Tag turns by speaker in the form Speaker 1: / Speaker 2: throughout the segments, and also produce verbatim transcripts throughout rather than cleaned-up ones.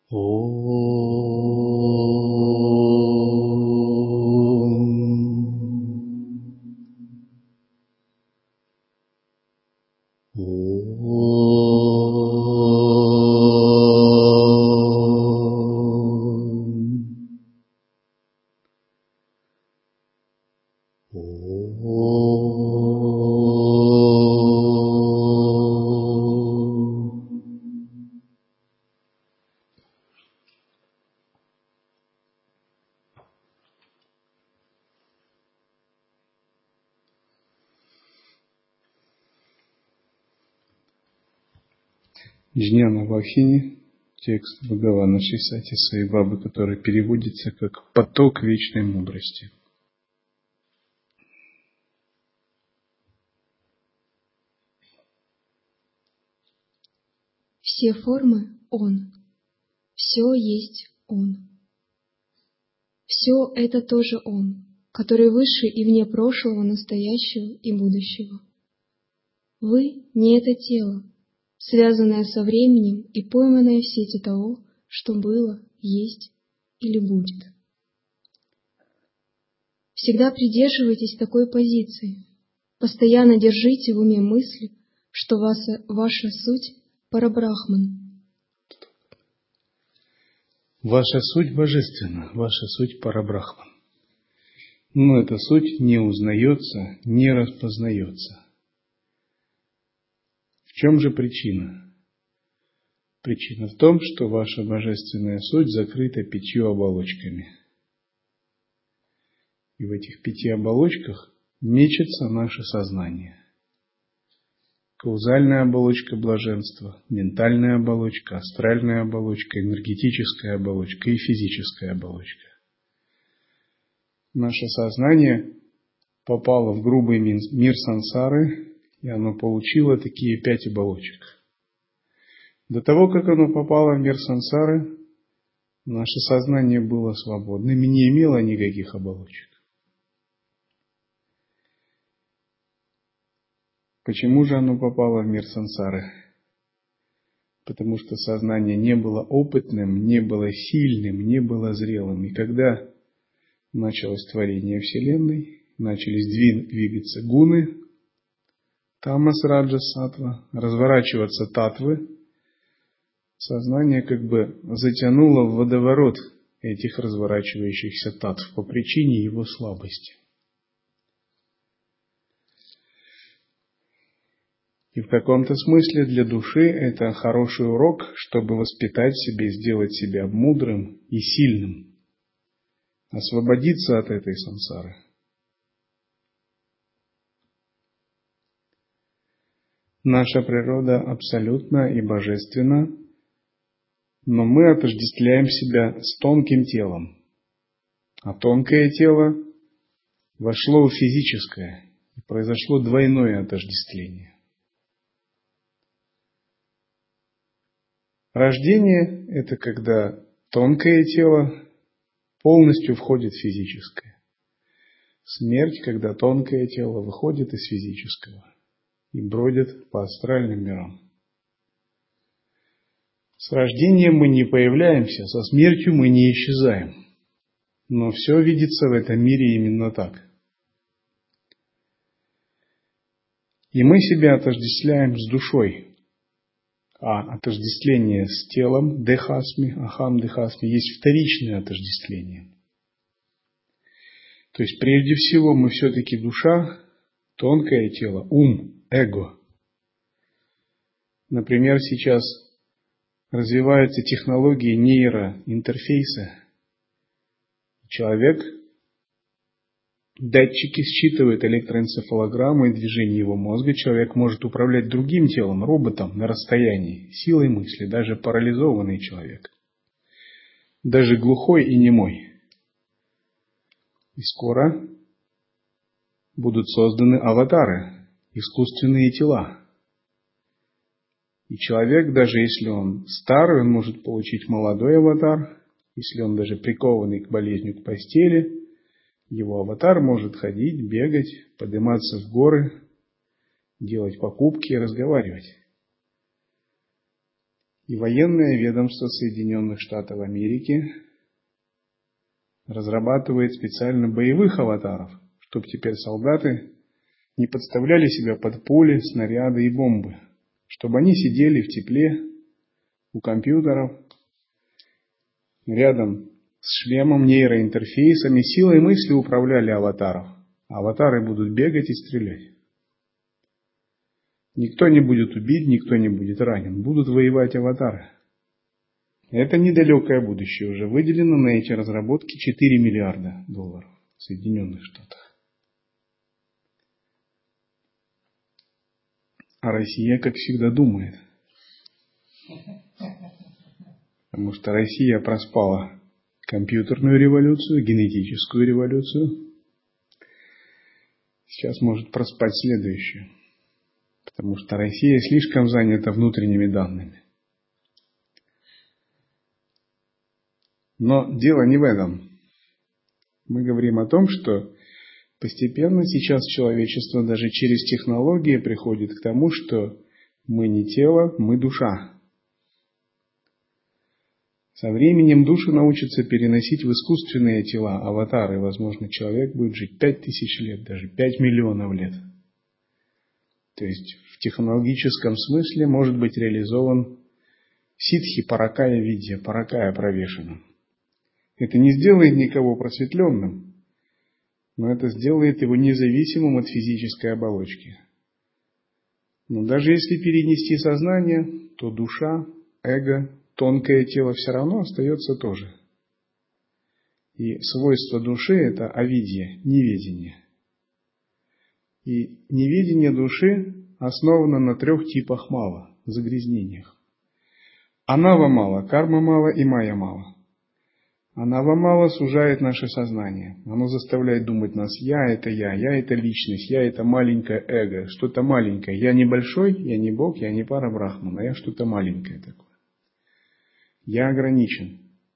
Speaker 1: Джняна Вахини, текст Бхагавана Шри Саи Бабы, который переводится как «поток вечной мудрости».
Speaker 2: Все формы – Он, все есть Он. Все это тоже Он, который выше и вне прошлого, настоящего и будущего. Вы не это тело, связанное со временем и пойманное в сети того, что было, есть или будет. Всегда придерживайтесь такой позиции. Постоянно держите в уме мысль, что ваша, ваша суть – Парабрахман.
Speaker 1: Ваша суть божественна, ваша суть Парабрахман. Но эта суть не узнается, не распознается. В чем же причина? Причина в том, что ваша божественная суть закрыта пятью оболочками. И в этих пяти оболочках мечется наше сознание. Каузальная оболочка блаженства, ментальная оболочка, астральная оболочка, энергетическая оболочка и физическая оболочка. Наше сознание попало в грубый мир сансары, и оно получило такие пять оболочек. До того, как оно попало в мир сансары, наше сознание было свободным и не имело никаких оболочек. Почему же оно попало в мир сансары? Потому что сознание не было опытным, не было сильным, не было зрелым. И когда началось творение Вселенной, начались двигаться гуны, тамас, раджас, саттва, разворачиваться татвы, сознание как бы затянуло в водоворот этих разворачивающихся татв по причине его слабости. И в каком-то смысле для души это хороший урок, чтобы воспитать себя и сделать себя мудрым и сильным, освободиться от этой сансары. Наша природа абсолютна и божественна, но мы отождествляем себя с тонким телом, а тонкое тело вошло в физическое, и произошло двойное отождествление. Рождение – это когда тонкое тело полностью входит в физическое. Смерть – когда тонкое тело выходит из физического и бродит по астральным мирам. С рождением мы не появляемся, со смертью мы не исчезаем. Но все видится в этом мире именно так. И мы себя отождествляем с душой. А отождествление с телом, дехасми, ахам дехасми, есть вторичное отождествление. То есть, прежде всего, мы все-таки душа, тонкое тело, ум, эго. Например, сейчас развиваются технологии нейроинтерфейса. Человек, датчики считывают электроэнцефалограмму и движение его мозга. Человек может управлять другим телом, роботом на расстоянии, силой мысли, даже парализованный человек. Даже глухой и немой. И скоро будут созданы аватары, искусственные тела. И человек, даже если он старый, он может получить молодой аватар. Если он даже прикованный к болезни, к постели, его аватар может ходить, бегать, подниматься в горы, делать покупки и разговаривать. И военное ведомство Соединенных Штатов Америки разрабатывает специально боевых аватаров, чтобы теперь солдаты не подставляли себя под пули, снаряды и бомбы, чтобы они сидели в тепле у компьютеров, рядом с шлемом, нейроинтерфейсами, силой мысли управляли аватаров. Аватары будут бегать и стрелять. Никто не будет убит, никто не будет ранен. Будут воевать аватары. Это недалекое будущее. Уже выделено на эти разработки четыре миллиарда долларов в Соединенных Штатах. А Россия, как всегда, думает. Потому что Россия проспала компьютерную революцию, генетическую революцию. Сейчас может проспать следующую. Потому что Россия слишком занята внутренними данными. Но дело не в этом. Мы говорим о том, что постепенно сейчас человечество даже через технологии приходит к тому, что мы не тело, мы душа. Со временем души научатся переносить в искусственные тела, аватары. Возможно, человек будет жить пять тысяч лет, даже пять миллионов лет. То есть в технологическом смысле может быть реализован ситхи паракая видья, паракая провешенным. Это не сделает никого просветленным, но это сделает его независимым от физической оболочки. Но даже если перенести сознание, то душа, эго, тонкое тело все равно остается тоже. И свойство души – это авидья, неведение. И неведение души основано на трех типах мало, загрязнениях. Анава мало, карма мало и майя мало. Анава мало сужает наше сознание. Оно заставляет думать нас: я это я, я это личность, я это маленькое эго, что-то маленькое. Я не большой, я не Бог, я не пара брахмана, я что-то маленькое такое. Я ограничен.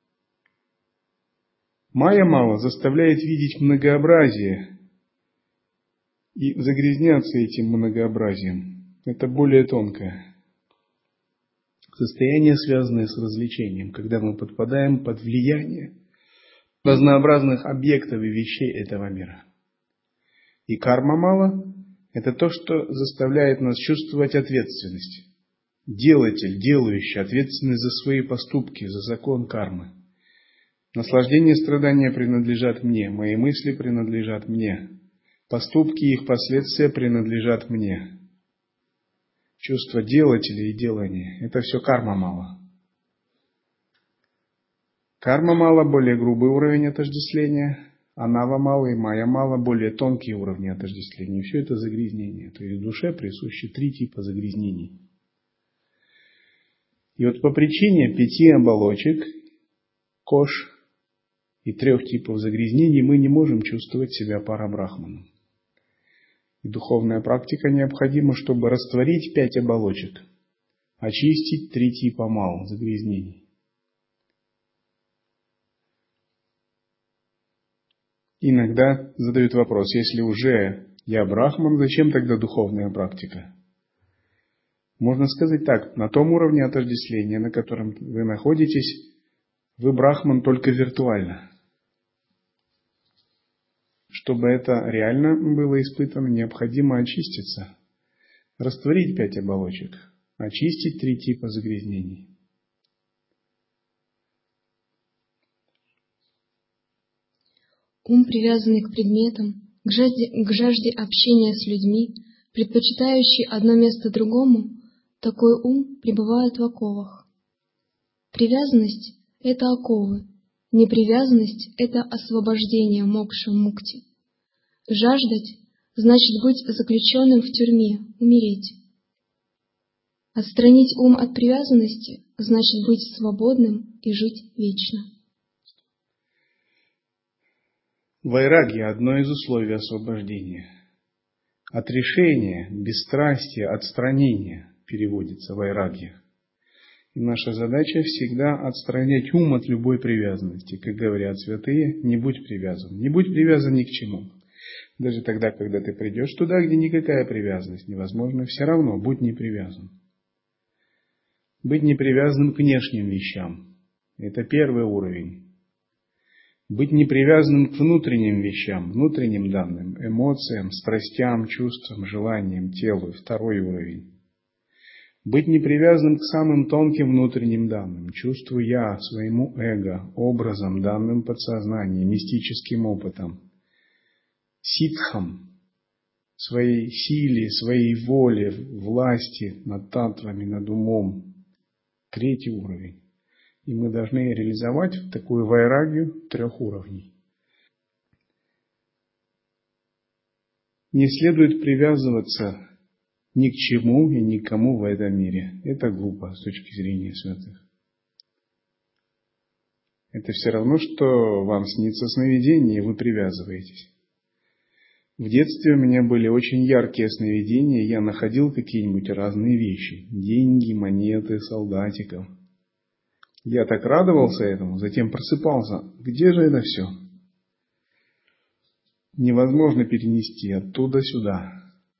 Speaker 1: Майя мало заставляет видеть многообразие и загрязняться этим многообразием. Это более тонкое состояние, связанное с развлечением, когда мы подпадаем под влияние разнообразных объектов и вещей этого мира. И карма мало – это то, что заставляет нас чувствовать ответственность. Делатель, делающий, ответственный за свои поступки, за закон кармы. Наслаждение и страдания принадлежат мне, мои мысли принадлежат мне, поступки и их последствия принадлежат мне. Чувство делателя и делания – это все карма мало. Карма мало – более грубый уровень отождествления, анава мало и майя мало – более тонкие уровни отождествления. И все это загрязнение. То есть душе присущи три типа загрязнений. И вот по причине пяти оболочек, кош и трех типов загрязнений мы не можем чувствовать себя парабрахманом. И духовная практика необходима, чтобы растворить пять оболочек, очистить три типа мал, загрязнений. Иногда задают вопрос: если уже я брахман, зачем тогда духовная практика? Можно сказать так: на том уровне отождествления, на котором вы находитесь, вы брахман только виртуально. Чтобы это реально было испытано, необходимо очиститься, растворить пять оболочек, очистить три типа загрязнений.
Speaker 2: Ум, привязанный к предметам, к жажде, к жажде общения с людьми, предпочитающий одно место другому, такой ум пребывает в оковах. Привязанность – это оковы, непривязанность – это освобождение мокша мукти. Жаждать – значит быть заключенным в тюрьме, умереть. Отстранить ум от привязанности – значит быть свободным и жить вечно.
Speaker 1: Вайрагья – одно из условий освобождения. Отрешение, бесстрастие, отстранение переводится вайрагья. И наша задача всегда отстранять ум от любой привязанности. Как говорят святые, не будь привязан. Не будь привязан ни к чему. Даже тогда, когда ты придешь туда, где никакая привязанность невозможна, все равно будь не привязан. Быть непривязанным к внешним вещам. Это первый уровень. Быть непривязанным к внутренним вещам, внутренним данным, эмоциям, страстям, чувствам, желаниям, телу. Второй уровень. Быть непривязанным к самым тонким внутренним данным, чувству «я», своему эго, образом, данным подсознанием, мистическим опытом, ситхам, своей силе, своей воле, власти над татвами, над умом. Третий уровень. И мы должны реализовать такую вайрагью трех уровней. Не следует привязываться ни к чему и никому в этом мире. Это глупо с точки зрения святых. Это все равно, что вам снится сновидение, и вы привязываетесь. В детстве у меня были очень яркие сновидения, я находил какие-нибудь разные вещи. Деньги, монеты, солдатиков. Я так радовался этому, затем просыпался. Где же это все? Невозможно перенести оттуда сюда.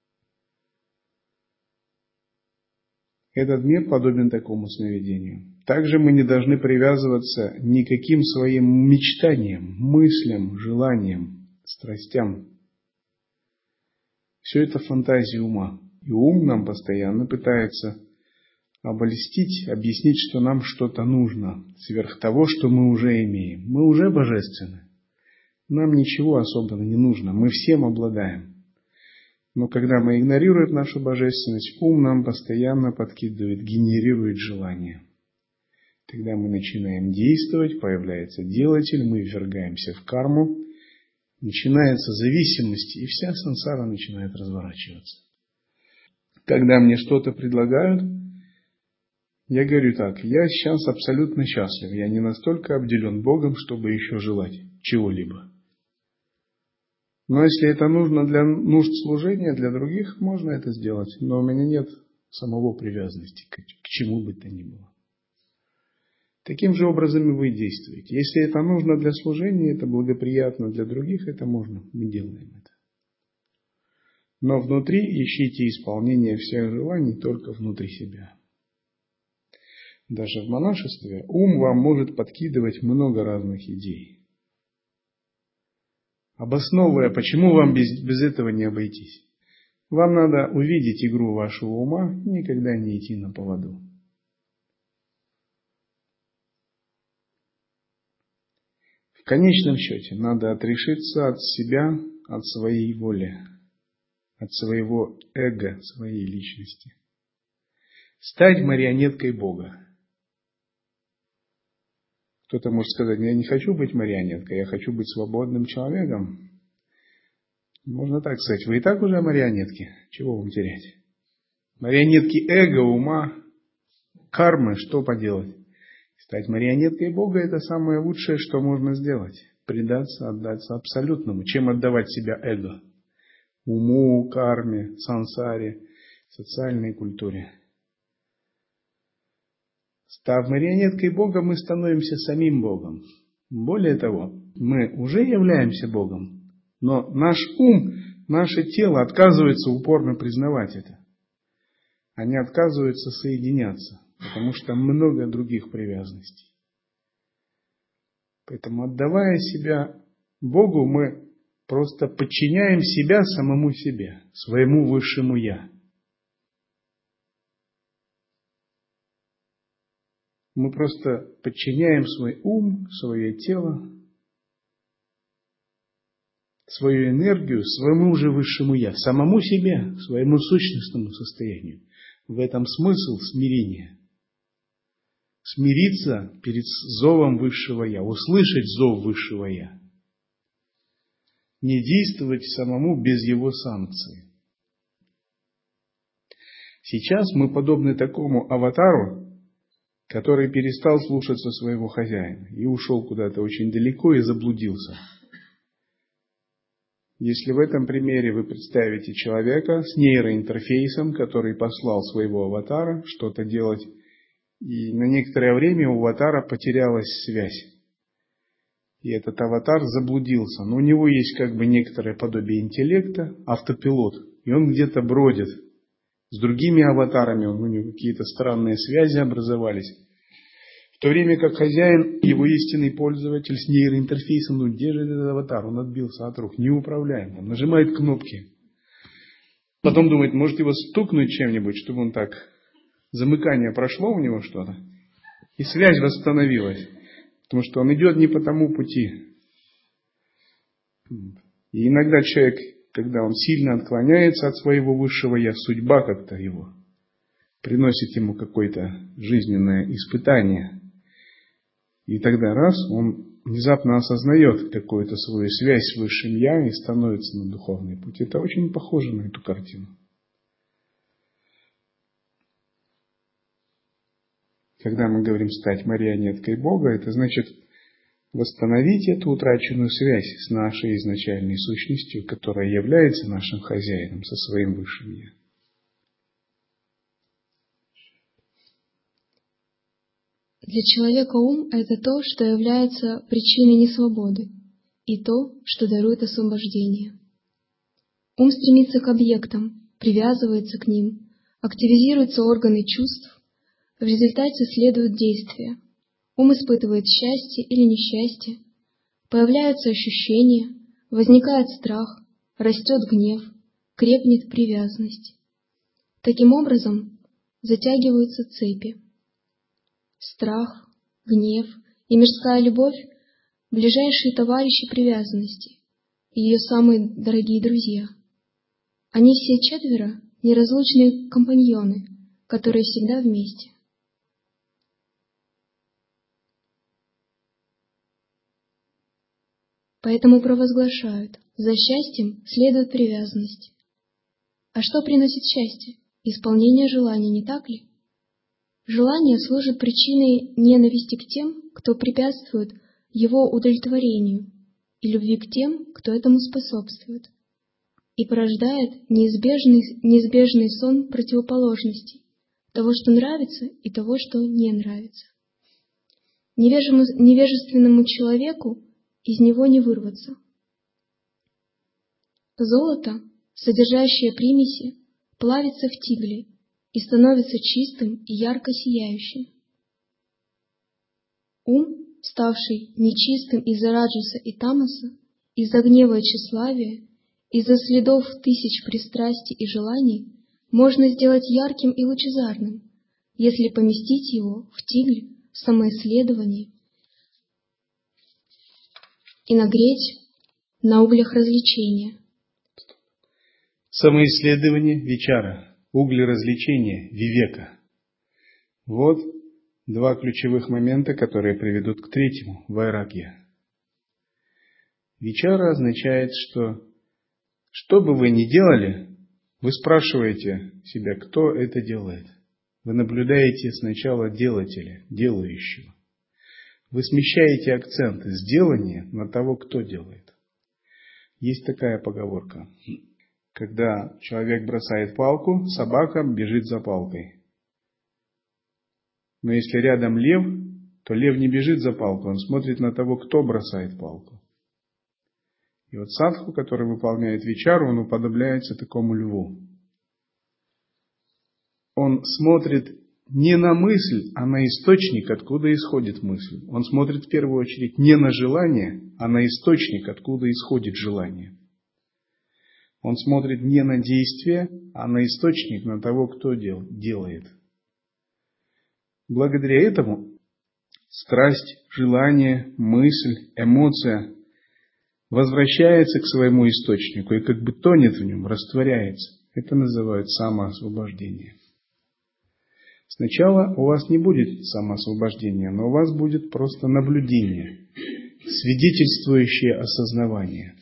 Speaker 1: Этот мир подобен такому сновидению. Также мы не должны привязываться никаким своим мечтаниям, мыслям, желаниям, страстям. Все это фантазии ума. И ум нам постоянно пытается обольстить, объяснить, что нам что-то нужно, сверх того, что мы уже имеем. Мы уже божественны. Нам ничего особенно не нужно. Мы всем обладаем. Но когда мы игнорируем нашу божественность, ум нам постоянно подкидывает, генерирует желания. Тогда мы начинаем действовать, появляется делатель, мы ввергаемся в карму, начинается зависимость, и вся сансара начинает разворачиваться. Когда мне что-то предлагают, я говорю так: я сейчас абсолютно счастлив, я не настолько обделен Богом, чтобы еще желать чего-либо. Но если это нужно для нужд служения, для других, можно это сделать. Но у меня нет самого привязанности к, к чему бы то ни было. Таким же образом и вы действуете. Если это нужно для служения, это благоприятно для других, это можно, мы делаем это. Но внутри ищите исполнение всех желаний только внутри себя. Даже в монашестве ум вам может подкидывать много разных идей, обосновывая, почему вам без, без этого не обойтись. Вам надо увидеть игру вашего ума, никогда не идти на поводу. В конечном счете надо отрешиться от себя, от своей воли, от своего эго, своей личности. Стать марионеткой Бога. Кто-то может сказать: я не хочу быть марионеткой, я хочу быть свободным человеком. Можно так сказать: вы и так уже марионетки, чего вам терять? Марионетки эго, ума, кармы, что поделать? Стать марионеткой Бога — это самое лучшее, что можно сделать. Предаться, отдаться абсолютному. Чем отдавать себя эго? Уму, карме, сансаре, социальной культуре. Став марионеткой Бога, мы становимся самим Богом. Более того, мы уже являемся Богом, но наш ум, наше тело отказывается упорно признавать это. Они отказываются соединяться, потому что много других привязанностей. Поэтому, отдавая себя Богу, мы просто подчиняем себя самому себе, своему высшему Я. Мы просто подчиняем свой ум, свое тело, свою энергию своему же высшему Я, самому себе, своему сущностному состоянию. В этом смысл смирения. Смириться перед зовом высшего Я, услышать зов высшего Я. Не действовать самому без его санкции. Сейчас мы подобны такому аватару, который перестал слушаться своего хозяина и ушел куда-то очень далеко и заблудился. Если в этом примере вы представите человека с нейроинтерфейсом, который послал своего аватара что-то делать, и на некоторое время у аватара потерялась связь. И этот аватар заблудился. Но у него есть как бы некоторое подобие интеллекта, автопилот, и он где-то бродит, с другими аватарами, у него какие-то странные связи образовались. В то время как хозяин, его истинный пользователь с нейроинтерфейсом, ну где же этот аватар, он отбился от рук, неуправляем, он нажимает кнопки. Потом думает, может его стукнуть чем-нибудь, чтобы он так, замыкание прошло у него что-то, и связь восстановилась. Потому что он идет не по тому пути. И иногда человек, когда он сильно отклоняется от своего высшего я, судьба как-то его приносит ему какое-то жизненное испытание. И тогда раз, он внезапно осознает какую-то свою связь с высшим я и становится на духовный путь. Это очень похоже на эту картину. Когда мы говорим стать марионеткой Бога, это значит восстановить эту утраченную связь с нашей изначальной сущностью, которая является нашим хозяином со своим высшим я.
Speaker 2: Для человека ум — это то, что является причиной несвободы, и то, что дарует освобождение. Ум стремится к объектам, привязывается к ним, активизируются органы чувств, в результате следуют действия. Ум испытывает счастье или несчастье, появляются ощущения, возникает страх, растет гнев, крепнет привязанность. Таким образом, затягиваются цепи. Страх, гнев и мирская любовь — ближайшие товарищи привязанности, ее самые дорогие друзья. Они все четверо — неразлучные компаньоны, которые всегда вместе. Поэтому провозглашают: за счастьем следует привязанность. А что приносит счастье? Исполнение желаний, не так ли? Желание служит причиной ненависти к тем, кто препятствует его удовлетворению, и любви к тем, кто этому способствует, и порождает неизбежный, неизбежный сон противоположностей, того, что нравится, и того, что не нравится. Невежественному человеку из него не вырваться. Золото, содержащее примеси, плавится в тигле и становится чистым и ярко сияющим. Ум, ставший нечистым из-за раджаса и тамаса, из-за гнева и тщеславия, из-за следов тысяч пристрастий и желаний, можно сделать ярким и лучезарным, если поместить его в тигль самоисследования и нагреть на углях развлечения.
Speaker 1: Самоисследование вичара, угли развлечения вивека. Вот два ключевых момента, которые приведут к третьему — вайрагья. Вичара означает, что что бы вы ни делали, вы спрашиваете себя, кто это делает. Вы наблюдаете сначала делателя, делающего. Вы смещаете акценты с делания на того, кто делает. Есть такая поговорка. Когда человек бросает палку, собака бежит за палкой. Но если рядом лев, то лев не бежит за палкой, он смотрит на того, кто бросает палку. И вот садху, который выполняет вичару, он уподобляется такому льву. Он смотрит не на мысль, а на источник, откуда исходит мысль. Он смотрит в первую очередь не на желание, а на источник, откуда исходит желание. Он смотрит не на действие, а на источник, на того, кто дел, делает. Благодаря этому страсть, желание, мысль, эмоция возвращается к своему источнику и как бы тонет в нем, растворяется. Это называют самоосвобождение. Сначала у вас не будет самоосвобождения, но у вас будет просто наблюдение, свидетельствующее осознавание.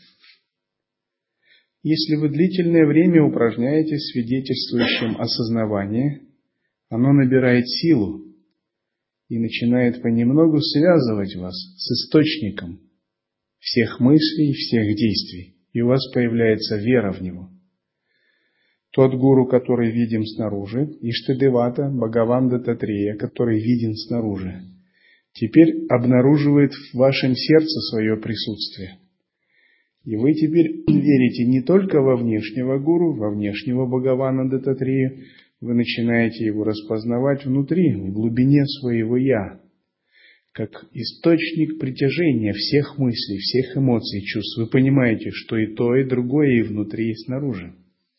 Speaker 1: Если вы длительное время упражняетесь в свидетельствующем осознавании, оно набирает силу и начинает понемногу связывать вас с источником всех мыслей и всех действий, и у вас появляется вера в него. Тот гуру, который видим снаружи, Иштадевата, Бхагаван Даттатрея, который виден снаружи, теперь обнаруживает в вашем сердце свое присутствие. И вы теперь верите не только во внешнего гуру, во внешнего Бхагавана Даттатрею, вы начинаете его распознавать внутри, в глубине своего «я», как источник притяжения всех мыслей, всех эмоций, чувств. Вы понимаете, что и то, и другое, и внутри, и снаружи.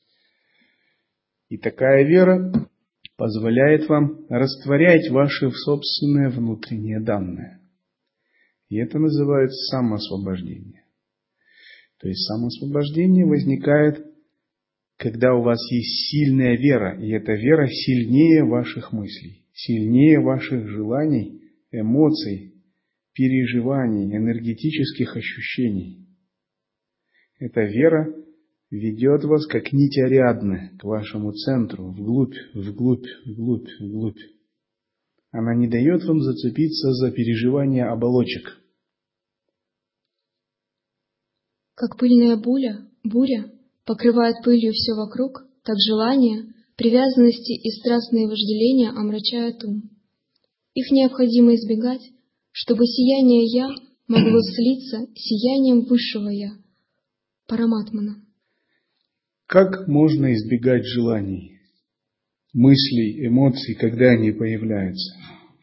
Speaker 1: И такая вера позволяет вам растворять ваши собственные внутренние данные. И это называется самоосвобождение. То есть самоосвобождение возникает, когда у вас есть сильная вера, и эта вера сильнее ваших мыслей, сильнее ваших желаний, эмоций, переживаний, энергетических ощущений. Эта вера ведет вас, как нить Ариадны, к вашему центру, вглубь, вглубь, вглубь, вглубь. Она не дает вам зацепиться за переживания оболочек.
Speaker 2: Как пыльная буря, буря покрывает пылью все вокруг, так желания, привязанности и страстные вожделения омрачают ум. Их необходимо избегать, чтобы сияние «Я» могло слиться с сиянием высшего «Я», Параматмана.
Speaker 1: Как можно избегать желаний, мыслей, эмоций, когда они появляются?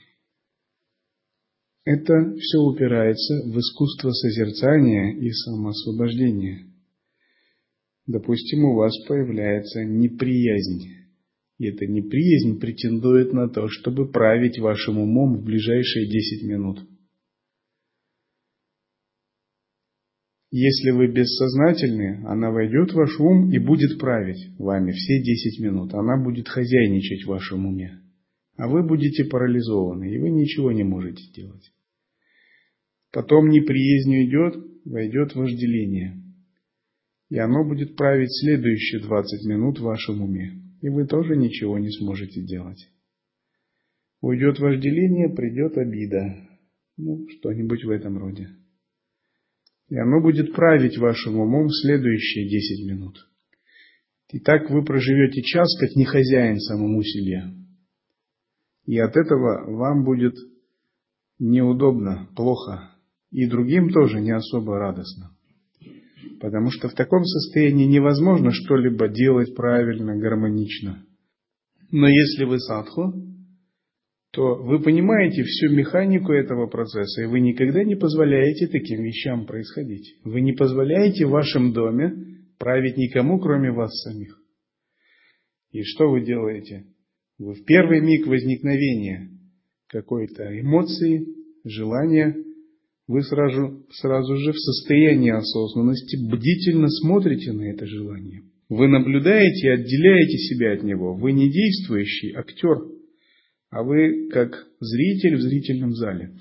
Speaker 1: Это все упирается в искусство созерцания и самоосвобождения. Допустим, у вас появляется неприязнь. И эта неприязнь претендует на то, чтобы править вашим умом в ближайшие десять минут. Если вы бессознательны, она войдет в ваш ум и будет править вами все десять минут. Она будет хозяйничать в вашем уме. А вы будете парализованы, и вы ничего не можете сделать. Потом неприязнь уйдет, войдет вожделение. И оно будет править следующие двадцать минут в вашем уме. И вы тоже ничего не сможете делать. Уйдет вожделение, придет обида. Ну, что-нибудь в этом роде. И оно будет править вашим умом в следующие десять минут. И так вы проживете час, как не хозяин самому себе. И от этого вам будет неудобно, плохо. И другим тоже не особо радостно. Потому что в таком состоянии невозможно что-либо делать правильно, гармонично. Но если вы садху, то вы понимаете всю механику этого процесса, и вы никогда не позволяете таким вещам происходить. Вы не позволяете в вашем доме править никому, кроме вас самих. И что вы делаете? Вы в первый миг возникновения какой-то эмоции, желания, вы сразу, сразу же в состоянии осознанности бдительно смотрите на это желание. Вы наблюдаете и отделяете себя от него. Вы не действующий актер, а вы как зритель в зрительном зале.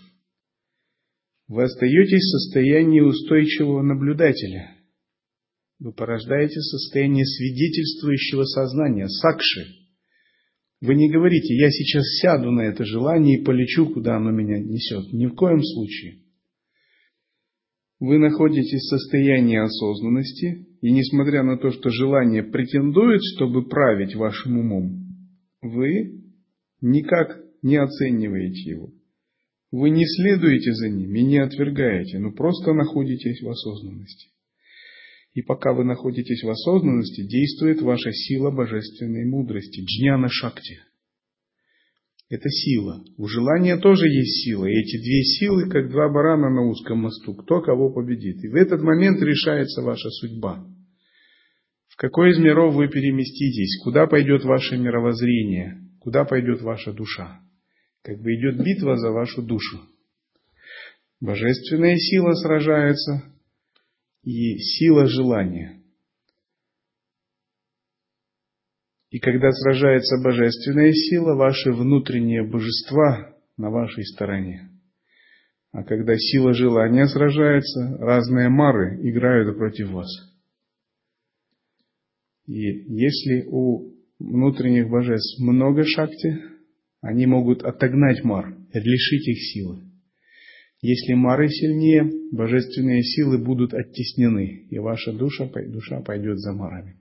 Speaker 1: Вы остаетесь в состоянии устойчивого наблюдателя. Вы порождаете состояние свидетельствующего сознания, сакши. Вы не говорите: я сейчас сяду на это желание и полечу, куда оно меня несет. Ни в коем случае. Вы находитесь в состоянии осознанности, и несмотря на то, что желание претендует, чтобы править вашим умом, вы никак не оцениваете его. Вы не следуете за ним и не отвергаете, но просто находитесь в осознанности. И пока вы находитесь в осознанности, действует ваша сила божественной мудрости, джняна-шакти. Это сила. У желания тоже есть сила. И эти две силы, как два барана на узком мосту. Кто кого победит. И в этот момент решается ваша судьба. В какой из миров вы переместитесь? Куда пойдет ваше мировоззрение? Куда пойдет ваша душа? Как бы идет битва за вашу душу. Божественная сила сражается и сила желания. И когда сражается божественная сила, ваши внутренние божества на вашей стороне. А когда сила желания сражается, разные мары играют против вас. И если у внутренних божеств много шакти, они могут отогнать мар, лишить их силы. Если мары сильнее, божественные силы будут оттеснены, и ваша душа, душа пойдет за марами.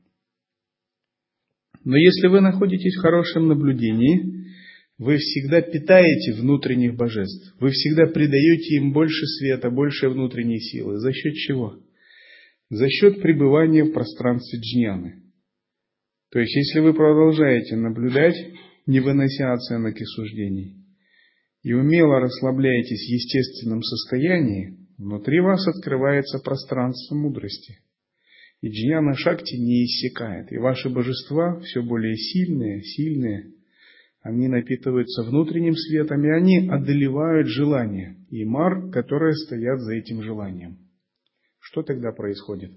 Speaker 1: Но если вы находитесь в хорошем наблюдении, вы всегда питаете внутренних божеств. Вы всегда придаете им больше света, больше внутренней силы. За счет чего? За счет пребывания в пространстве джняны. То есть, если вы продолжаете наблюдать, не вынося оценок и суждений, и умело расслабляетесь в естественном состоянии, внутри вас открывается пространство мудрости. И джняна шакти не иссякает. И ваши божества все более сильные, сильные, они напитываются внутренним светом, и они одолевают желания и мар, которые стоят за этим желанием. Что тогда происходит?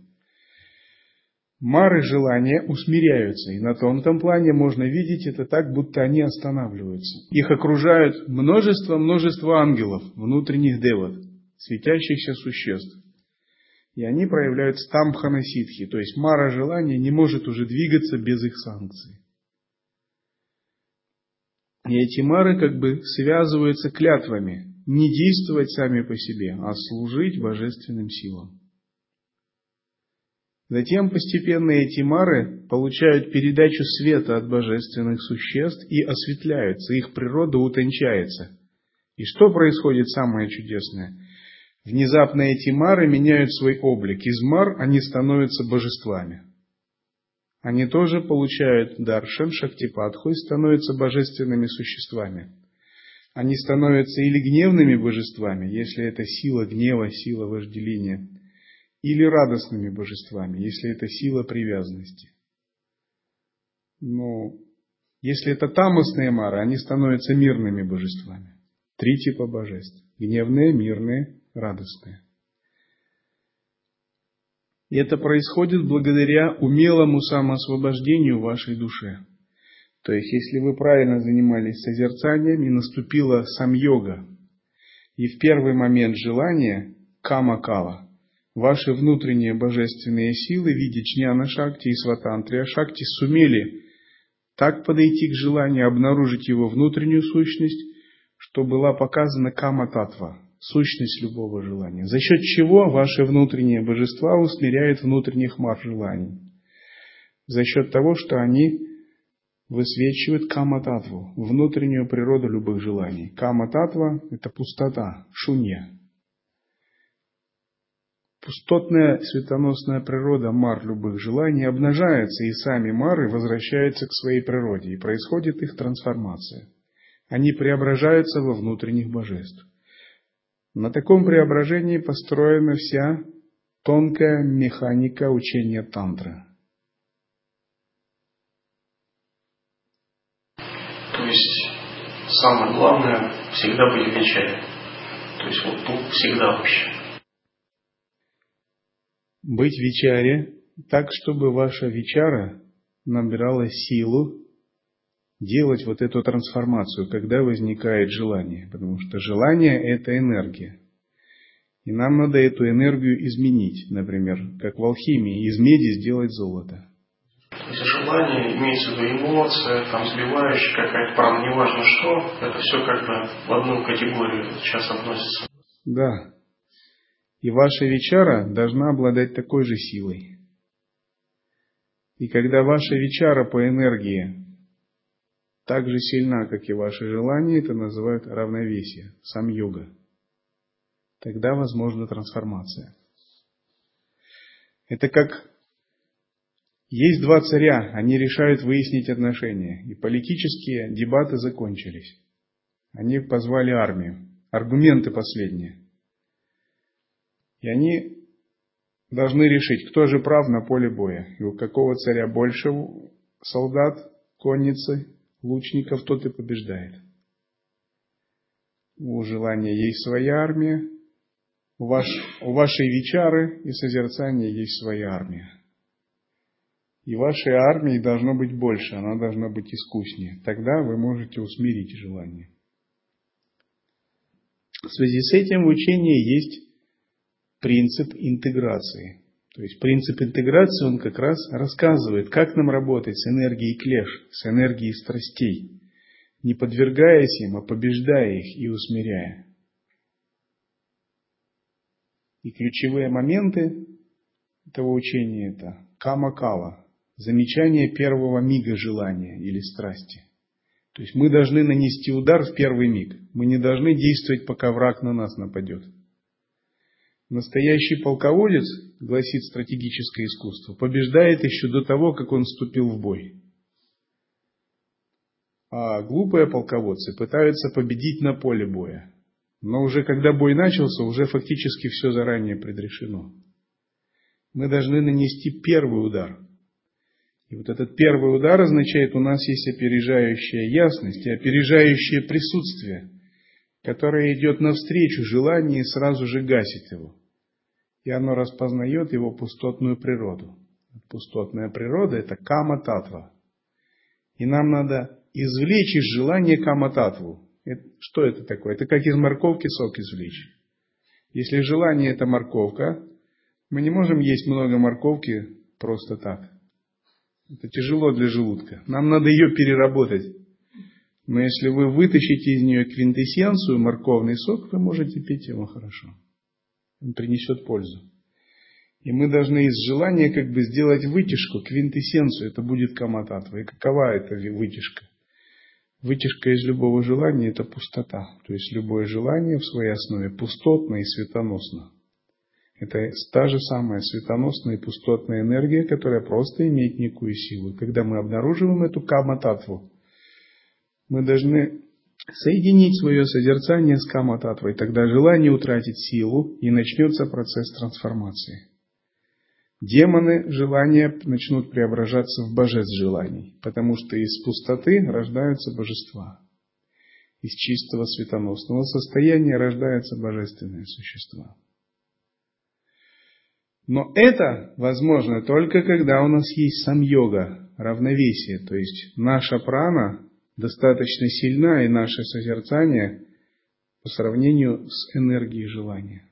Speaker 1: Мары желания усмиряются, и на тонком плане можно видеть это так, будто они останавливаются. Их окружают множество-множество ангелов, внутренних деват, светящихся существ. И они проявляют стамбхана ситхи, то есть мара желания не может уже двигаться без их санкций. И эти мары как бы связываются клятвами, не действовать сами по себе, а служить божественным силам. Затем постепенно эти мары получают передачу света от божественных существ и осветляются, их природа утончается. И что происходит самое чудесное? Внезапно эти мары меняют свой облик. Из мар они становятся божествами. Они тоже получают даршан, шактипадху и становятся божественными существами. Они становятся или гневными божествами, если это сила гнева, сила вожделения, или радостными божествами, если это сила привязанности. Но если это тамосные мары, они становятся мирными божествами. Три типа божеств. Гневные, мирные, радостные. И это происходит благодаря умелому самоосвобождению в вашей душе. То есть, если вы правильно занимались созерцанием, и наступила сам-йога, и в первый момент желания, кама-кала, ваши внутренние божественные силы в виде джняна шакти и сватантрия шакти сумели так подойти к желанию, обнаружить его внутреннюю сущность, что была показана кама-татва, сущность любого желания. За счет чего ваши внутренние божества усмиряют внутренних мар желаний? За счет того, что они высвечивают кама-татву, внутреннюю природу любых желаний. Кама-татва – это пустота, шунья. Пустотная светоносная природа мар любых желаний обнажается, и сами мары возвращаются к своей природе, и происходит их трансформация. Они преображаются во внутренних божеств. На таком преображении построена вся тонкая механика учения тантры.
Speaker 3: То есть самое главное всегда быть в вечере. То есть вот тут всегда вообще.
Speaker 1: Быть в вичаре так, чтобы ваша вичара набирала силу делать вот эту трансформацию, когда возникает желание. Потому что желание – это энергия. И нам надо эту энергию изменить. Например, как в алхимии, из меди сделать золото.
Speaker 3: То есть желание, имеется в виду эмоция, там сбивающая какая-то прана, неважно что, это все как бы в одну категорию сейчас относится.
Speaker 1: Да. И ваша вичара должна обладать такой же силой. И когда ваша вичара по энергии так же сильна, как и ваши желания, это называют равновесие, сам-йога. Тогда возможна трансформация. Это как есть два царя, они решают выяснить отношения. И политические дебаты закончились. Они позвали армию. Аргументы последние. И они должны решить, кто же прав на поле боя. И у какого царя больше солдат, конницы, лучников, тот и побеждает. У желания есть своя армия, у, ваш, у вашей вичары и созерцания есть своя армия. И вашей армии должно быть больше, она должна быть искуснее. Тогда вы можете усмирить желание. В связи с этим в учении есть принцип интеграции. То есть принцип интеграции, он как раз рассказывает, как нам работать с энергией клеш, с энергией страстей, не подвергаясь им, а побеждая их и усмиряя. И ключевые моменты этого учения – это кама-кала, замечание первого мига желания или страсти. То есть мы должны нанести удар в первый миг. Мы не должны действовать, пока враг на нас нападет. Настоящий полководец, гласит стратегическое искусство, побеждает еще до того, как он вступил в бой. А глупые полководцы пытаются победить на поле боя. Но уже когда бой начался, уже фактически все заранее предрешено. Мы должны нанести первый удар. И вот этот первый удар означает, у нас есть опережающая ясность и опережающее присутствие, которое идет навстречу желанию и сразу же гасит его. И оно распознает его пустотную природу. Пустотная природа – это кама-татва. И нам надо извлечь из желания кама-татву. Это, что это такое? Это как из морковки сок извлечь. Если желание – это морковка, мы не можем есть много морковки просто так. Это тяжело для желудка. Нам надо ее переработать. Но если вы вытащите из нее квинтэссенцию, морковный сок, вы можете пить его хорошо. Он принесет пользу. И мы должны из желания как бы сделать вытяжку, квинтэссенцию. Это будет кама-татва. И какова эта вытяжка? Вытяжка из любого желания – это пустота. То есть любое желание в своей основе пустотно и светоносно. Это та же самая светоносная и пустотная энергия, которая просто имеет некую силу. Когда мы обнаруживаем эту кама-татву, мы должны соединить свое созерцание с кама-татвой. Тогда желание утратит силу и начнется процесс трансформации. Демоны желания начнут преображаться в божеств желаний, потому что из пустоты рождаются божества. Из чистого светоносного состояния рождаются божественные существа. Но это возможно только когда у нас есть самьога, равновесие, то есть наша прана достаточно сильна и наше созерцание по сравнению с энергией желания.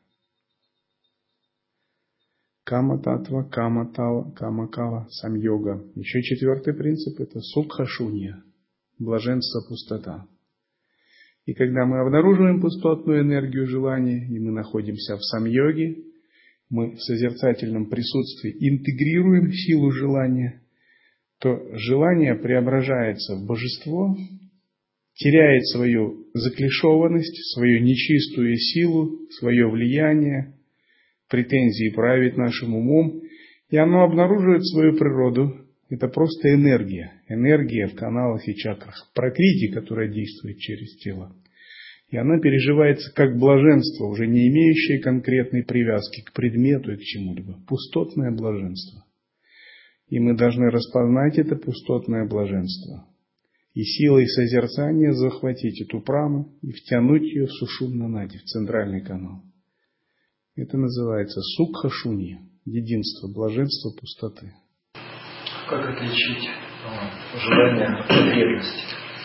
Speaker 1: Кама-татва, кама-тала, кама-кала, самьога. Еще четвертый принцип – это сукха-шунья, блаженство, пустота. И когда мы обнаруживаем пустотную энергию желания, и мы находимся в самьоге, мы в созерцательном присутствии интегрируем силу желания, то желание преображается в божество, теряет свою заклишованность, свою нечистую силу, свое влияние, претензии править нашим умом, и оно обнаруживает свою природу. Это просто энергия, энергия в каналах и чакрах, пракрити, которая действует через тело. И она переживается как блаженство, уже не имеющее конкретной привязки к предмету и к чему-либо. Пустотное блаженство. И мы должны распознать это пустотное блаженство. И силой созерцания захватить эту праму и втянуть ее в сушумна-нади, в центральный канал. Это называется сукха-шунья, единство, блаженство пустоты.
Speaker 4: Как отличить э, желание от потребности?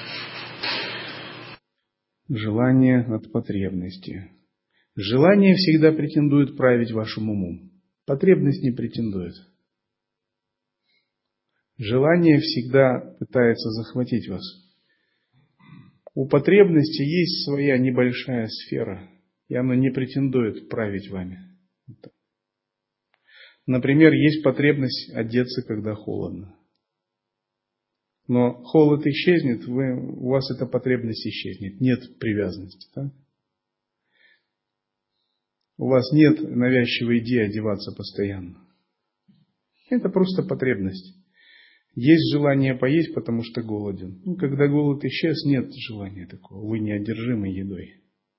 Speaker 1: Желание от потребности. Желание всегда претендует править вашим умом. Потребность не претендует. Желание всегда пытается захватить вас. У потребности есть своя небольшая сфера, и она не претендует править вами. Например, есть потребность одеться, когда холодно. Но холод исчезнет, вы, у вас эта потребность исчезнет. Нет привязанности. Так? У вас нет навязчивой идеи одеваться постоянно. Это просто потребность. Есть желание поесть, потому что голоден. Ну, когда голод исчез, нет желания такого. Вы не одержимы едой.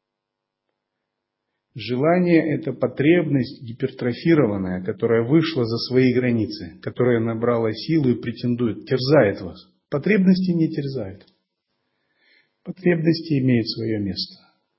Speaker 1: Желание – это потребность гипертрофированная, которая вышла за свои границы, которая набрала силу и претендует, терзает вас. Потребности не терзают. Потребности имеют свое место.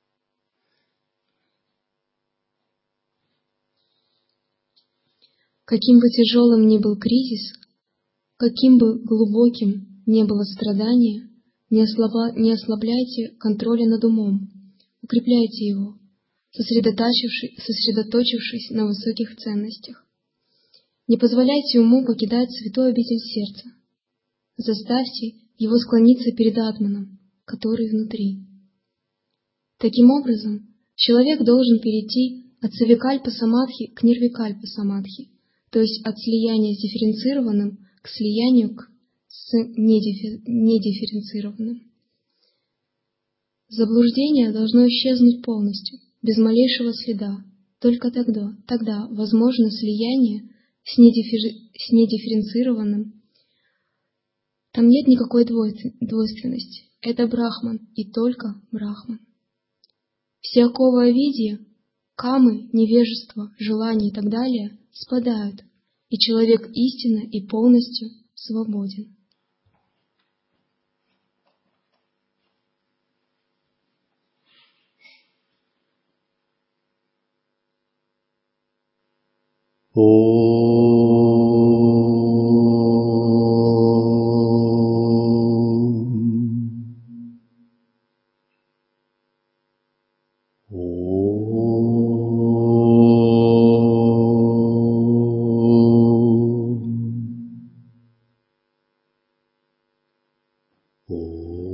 Speaker 2: Каким бы тяжелым ни был кризис, каким бы глубоким ни было страдание, не, ослаба, не ослабляйте контроля над умом, укрепляйте его, сосредоточившись, сосредоточившись на высоких ценностях. Не позволяйте уму покидать святой обитель сердца. Заставьте его склониться перед Атманом, который внутри. Таким образом, человек должен перейти от савикальпа-самадхи к нирвикальпа-самадхи, то есть от слияния с дифференцированным к слиянию к с недиффер... недифференцированным. Заблуждение должно исчезнуть полностью, без малейшего следа, только тогда, тогда возможно слияние с, недиффи- с недифференцированным. Там нет никакой двойственности. Это Брахман и только Брахман. Все оковы авидьи, камы, невежество, желания и так далее спадают, и человек истинно и полностью свободен.
Speaker 1: Oh.